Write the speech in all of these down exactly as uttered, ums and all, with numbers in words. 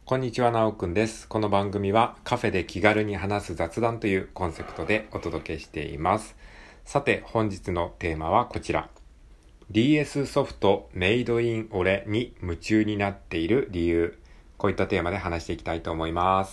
こんにちは、なおくんです。この番組はカフェで気軽に話す雑談というコンセプトでお届けしています。さて、本日のテーマはこちら。ディーエス ソフトメイドイン俺に夢中になっている理由。こういったテーマで話していきたいと思います。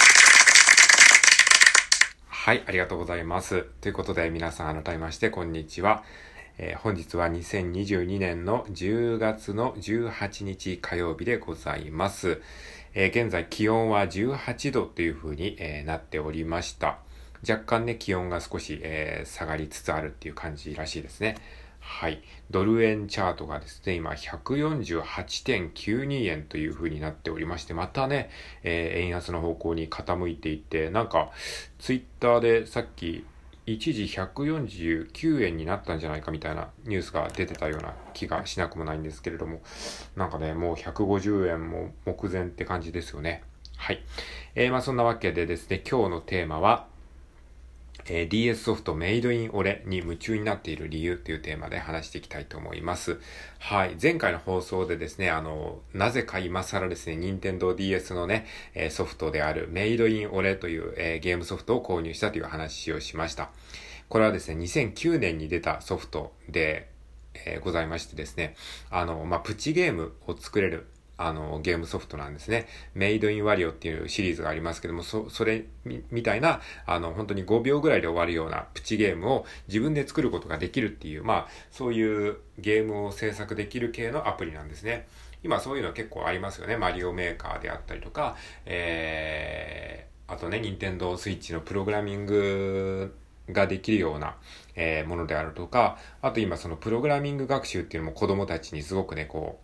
はい、ありがとうございます。ということで皆さん改めましてこんにちは。えー、本日はにせんにじゅうにねんのじゅうがつのじゅうはちにち火曜日でございます。えー、現在気温はじゅうはちどという風に、えー、なっておりました。若干ね、気温が少し、えー、下がりつつあるっていう感じらしいですね。はい。ドル円チャートがですね、今 ひゃくよんじゅうはちてんきゅうにえんという風になっておりまして、またね、えー、円安の方向に傾いていて、なんか、ツイッターでさっき、一時ひゃくよんじゅうきゅうえんになったんじゃないかみたいなニュースが出てたような気がしなくもないんですけれども、なんかね、もうひゃくごじゅうえんも目前って感じですよね。はい。えー、まあそんなわけでですね、今日のテーマは、えー、ディーエス ソフトメイドイン俺に夢中になっている理由というテーマで話していきたいと思います。はい。前回の放送でですね、あの、なぜか今更ですね、任天堂 ディーエス のね、えー、ソフトであるメイドイン俺という、えー、ゲームソフトを購入したという話をしました。これはですね、にせんきゅうねんに出たソフトで、えー、ございましてですね、あの、まあ、プチゲームを作れるあの、ゲームソフトなんですね。メイドインワリオっていうシリーズがありますけども、そ、それみ、みたいな、あの、本当にごびょうぐらいで終わるようなプチゲームを自分で作ることができるっていう、まあ、そういうゲームを制作できる系のアプリなんですね。今そういうの結構ありますよね。マリオメーカーであったりとか、えー、あとね、ニンテンドースイッチのプログラミングができるような、えー、ものであるとか、あと今そのプログラミング学習っていうのも子供たちにすごくね、こう、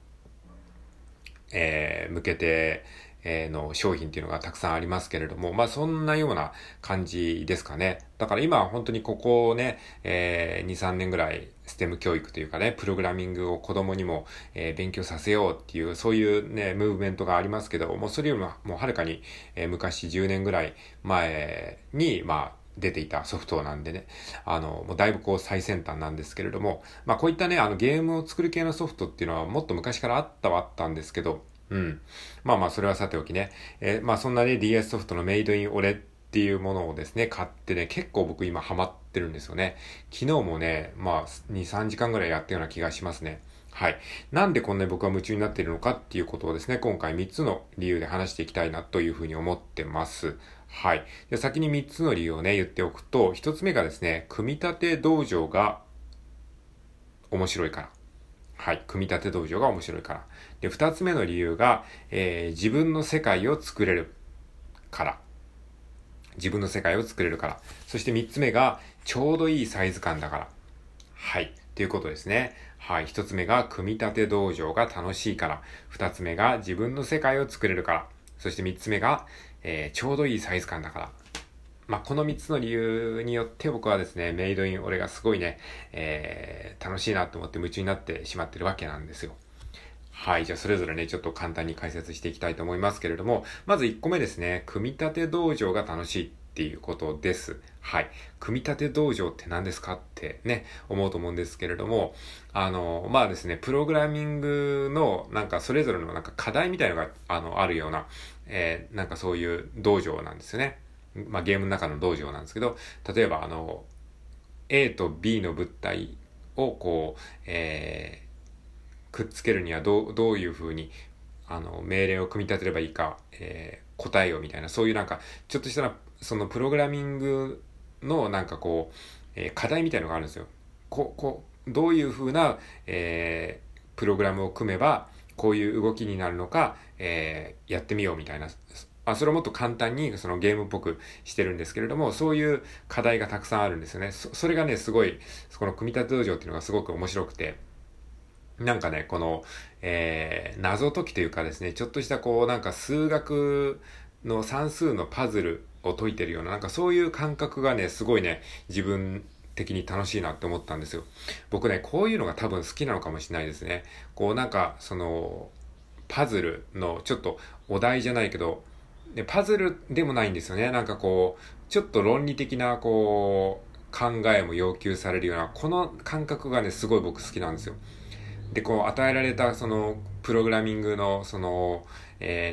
えー、向けて、えー、の商品っていうのがたくさんありますけれども、まあそんなような感じですかね。だから今は本当にここね、えー、に、さんねんぐらいステム教育というかね、プログラミングを子供にも、えー、勉強させようっていう、そういうね、ムーブメントがありますけど、もうそれよりももうはるかに、えー、昔じゅうねんぐらい前に、まあ、出ていたソフトなんでね、あの、もうだいぶこう最先端なんですけれども、まあこういったね、あのゲームを作る系のソフトっていうのはもっと昔からあったはあったんですけど、うん。まあまあそれはさておきね、えー、まあそんなね ディーエス ソフトのメイドインオレっていうものをですね、買ってね、結構僕今ハマってるんですよね。昨日もね、まあに、さんじかんぐらいやったような気がしますね。はい。なんでこんなに僕は夢中になっているのかっていうことをですね、今回みっつの理由で話していきたいなというふうに思ってます。はい。で、先にみっつの理由をね、言っておくと、ひとつめがですね、組み立て道場が面白いから。はい。組み立て道場が面白いから。で、二つ目の理由が、えー、自分の世界を作れるから。自分の世界を作れるから。そして三つ目が、ちょうどいいサイズ感だから。はい。ということですね。はい。一つ目が、組み立て道場が楽しいから。二つ目が、自分の世界を作れるから。そして三つ目が、えー、ちょうどいいサイズ感だから。まあ、このみっつの理由によって僕はですね、メイドイン俺がすごいね、えー、楽しいなと思って夢中になってしまってるわけなんですよ。はい。じゃあ、それぞれね、ちょっと簡単に解説していきたいと思いますけれども、まずいっこめですね。組み立て道場が楽しいっていうことです。はい。組み立て道場って何ですかってね、思うと思うんですけれども、あの、まあですね、プログラミングの、なんかそれぞれのなんか課題みたいのが、あの、あるような、えー、なんかそういう道場なんですよね。まあ、ゲームの中の道場なんですけど、例えばあの、A と B の物体をこう、えー、くっつけるにはどう、どういう風に、あの、命令を組み立てればいいか、えー、答えをみたいな、そういうなんか、ちょっとしたら、そのプログラミングのなんかこう、えー、課題みたいのがあるんですよ。こう、こう、どういう風な、えー、プログラムを組めば、こういう動きになるのか、えー、やってみようみたいな。あ、それをもっと簡単にそのゲームっぽくしてるんですけれども、そういう課題がたくさんあるんですよね。そ、それがね、すごい、この組み立て道場っていうのがすごく面白くて、なんかね、この、えー、謎解きというかですね、ちょっとしたこう、なんか数学の算数のパズルを解いてるような、なんかそういう感覚がね、すごいね、自分的に楽しいなって思ったんですよ。僕ね、こういうのが多分好きなのかもしれないですね。こうなんか、その、パズルのちょっとお題じゃないけど、でパズルでもないんですよね。なんかこう、ちょっと論理的な、こう、考えも要求されるような、この感覚がね、すごい僕好きなんですよ。で、こう、与えられた、その、プログラミングの、その、え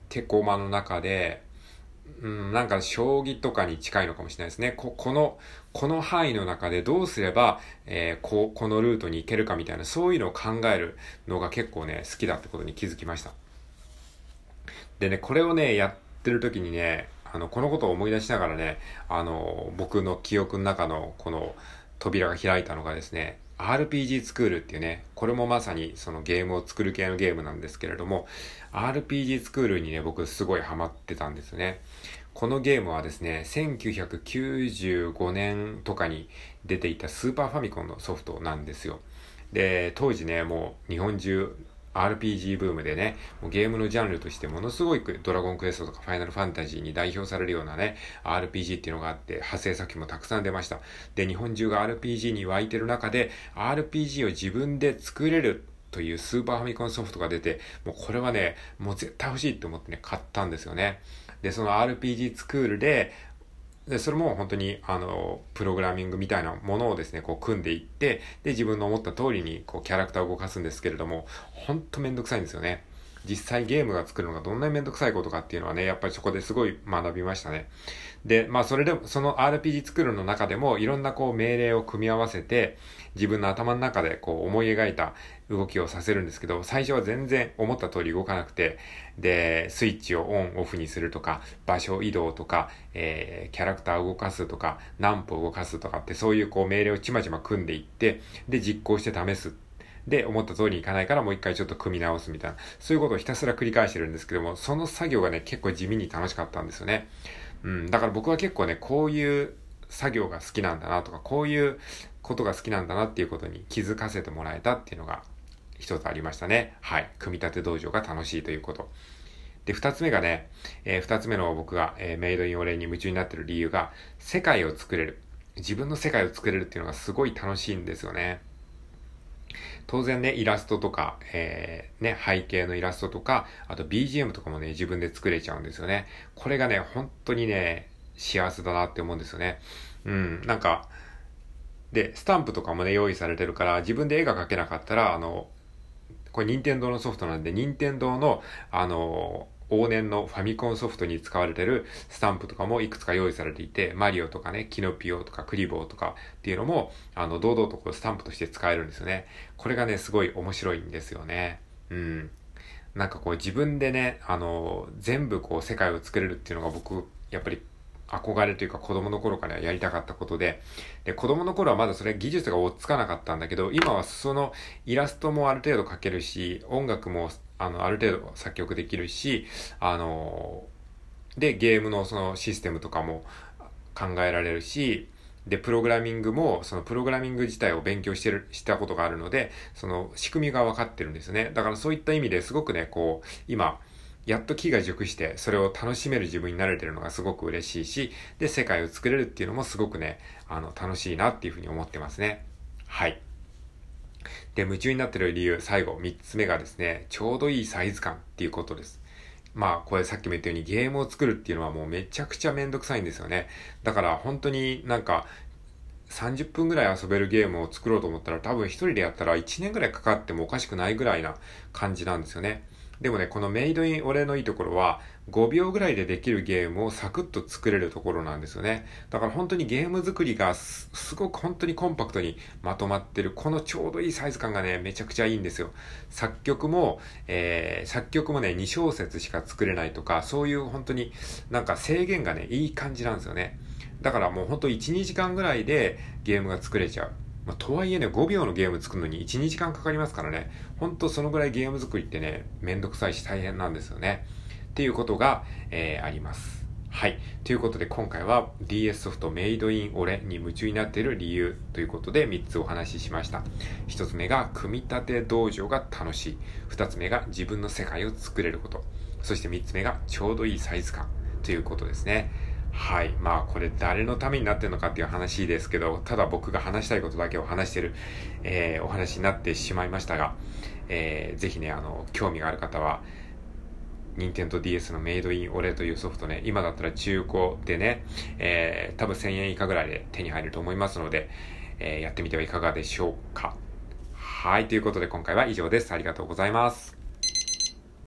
手駒の中で、うん、なんか将棋とかに近いのかもしれないですね。こ、この、この範囲の中でどうすれば、えー、こう、このルートに行けるかみたいな、そういうのを考えるのが結構ね、好きだってことに気づきました。でね、これをね、やってる時にね、あの、このことを思い出しながらね、あの、僕の記憶の中のこの扉が開いたのがですね、アールピージー スクールっていうね、これもまさにそのゲームを作る系のゲームなんですけれども、アールピージー スクールにね、僕すごいハマってたんですね。このゲームはですね、せんきゅうひゃくきゅうじゅうごねんとかに出ていたスーパーファミコンのソフトなんですよ。で、当時ね、もう日本中 アールピージー ブームでね、もうゲームのジャンルとしてものすごいドラゴンクエストとかファイナルファンタジーに代表されるようなね、アールピージー っていうのがあって、派生作品もたくさん出ました。で、日本中が アールピージー に湧いてる中で、アールピージー を自分で作れるというスーパーファミコンソフトが出て、もうこれはね、もう絶対欲しいと思ってね、買ったんですよね。で、その アールピージー スクールで、で、それも本当に、あの、プログラミングみたいなものをですね、こう組んでいって、で、自分の思った通りに、こう、キャラクターを動かすんですけれども、ほんとめんどくさいんですよね。実際ゲームが作るのがどんなにめんどくさいことかっていうのはね、やっぱりそこですごい学びましたね。で、まあそれでも、その アールピージー 作るの中でもいろんなこう命令を組み合わせて自分の頭の中でこう思い描いた動きをさせるんですけど、最初は全然思った通り動かなくて、で、スイッチをオンオフにするとか、場所移動とか、えー、キャラクターを動かすとか、何歩動かすとかってそういうこう命令をちまちま組んでいって、で、実行して試す。で、思った通りにいかないからもう一回ちょっと組み直すみたいな、そういうことをひたすら繰り返してるんですけども、その作業がね、結構地味に楽しかったんですよね。うん、だから僕は結構ね、こういう作業が好きなんだなとか、こういうことが好きなんだなっていうことに気づかせてもらえたっていうのが一つありましたね。はい。組み立て道場が楽しいということ。で、二つ目がね、えー、二つ目の僕が、えー、メイドインオレに夢中になってる理由が、世界を作れる。自分の世界を作れるっていうのがすごい楽しいんですよね。当然ね、イラストとか、えー、ね、背景のイラストとか、あと ビージーエム とかもね、自分で作れちゃうんですよね。これがね、本当にね、幸せだなって思うんですよね。うん、なんか、で、スタンプとかもね、用意されてるから、自分で絵が描けなかったら、あの、これ任天堂のソフトなんで、任天堂の、あの、往年のファミコンソフトに使われてるスタンプとかもいくつか用意されていて、マリオとかね、キノピオとかクリボーとかっていうのも、あの、堂々とこうスタンプとして使えるんですよね。これがね、すごい面白いんですよね。うん。なんかこう自分でね、あの、全部こう世界を作れるっていうのが僕、やっぱり憧れというか子供の頃からやりたかったことで、で、子供の頃はまだそれ技術が追っつかなかったんだけど、今はそのイラストもある程度描けるし、音楽もあの、ある程度作曲できるし、あの、で、ゲームのそのシステムとかも考えられるし、で、プログラミングも、そのプログラミング自体を勉強してる、したことがあるので、その仕組みが分かってるんですよね。だからそういった意味ですごくね、こう、今、やっと木が熟して、それを楽しめる自分になれてるのがすごく嬉しいし、で、世界を作れるっていうのもすごくね、あの、楽しいなっていうふうに思ってますね。はい。で、夢中になってる理由、最後、三つ目がですね、ちょうどいいサイズ感っていうことです。まあ、これさっきも言ったようにゲームを作るっていうのはもうめちゃくちゃめんどくさいんですよね。だから本当になんか、さんじゅっぷんぐらい遊べるゲームを作ろうと思ったら多分一人でやったらいちねんぐらいかかってもおかしくないぐらいな感じなんですよね。でもね、このメイドイン俺のいいところはごびょうぐらいでできるゲームをサクッと作れるところなんですよね。だから本当にゲーム作りが す, すごく本当にコンパクトにまとまってるこのちょうどいいサイズ感がね、めちゃくちゃいいんですよ。作曲も、えー、作曲もね、にしょうせつしか作れないとか、そういう本当になんか制限がね、いい感じなんですよね。だからもうほんといち、にじかんぐらいでゲームが作れちゃう。まあ、とはいえね、ごびょうのゲーム作るのにいち、にじかんかかりますからね。ほんとそのぐらいゲーム作りってね、めんどくさいし大変なんですよね。っていうことが、えー、あります。はい。ということで今回は ディーエス ソフトメイドイン俺に夢中になっている理由ということでみっつお話ししました。ひとつめが組み立て道場が楽しい。ふたつめが自分の世界を作れること。そしてみっつめがちょうどいいサイズ感ということですね。はい。まあ、これ誰のためになってるのかっていう話ですけど、ただ僕が話したいことだけを話してる、えー、お話になってしまいましたが、えー、ぜひね、あの、興味がある方は、任天堂 ディーエス のメイドインオレというソフトね、今だったら中古でね、えー、多分せんえん以下ぐらいで手に入ると思いますので、えー、やってみてはいかがでしょうか。はい。ということで今回は以上です。ありがとうございます。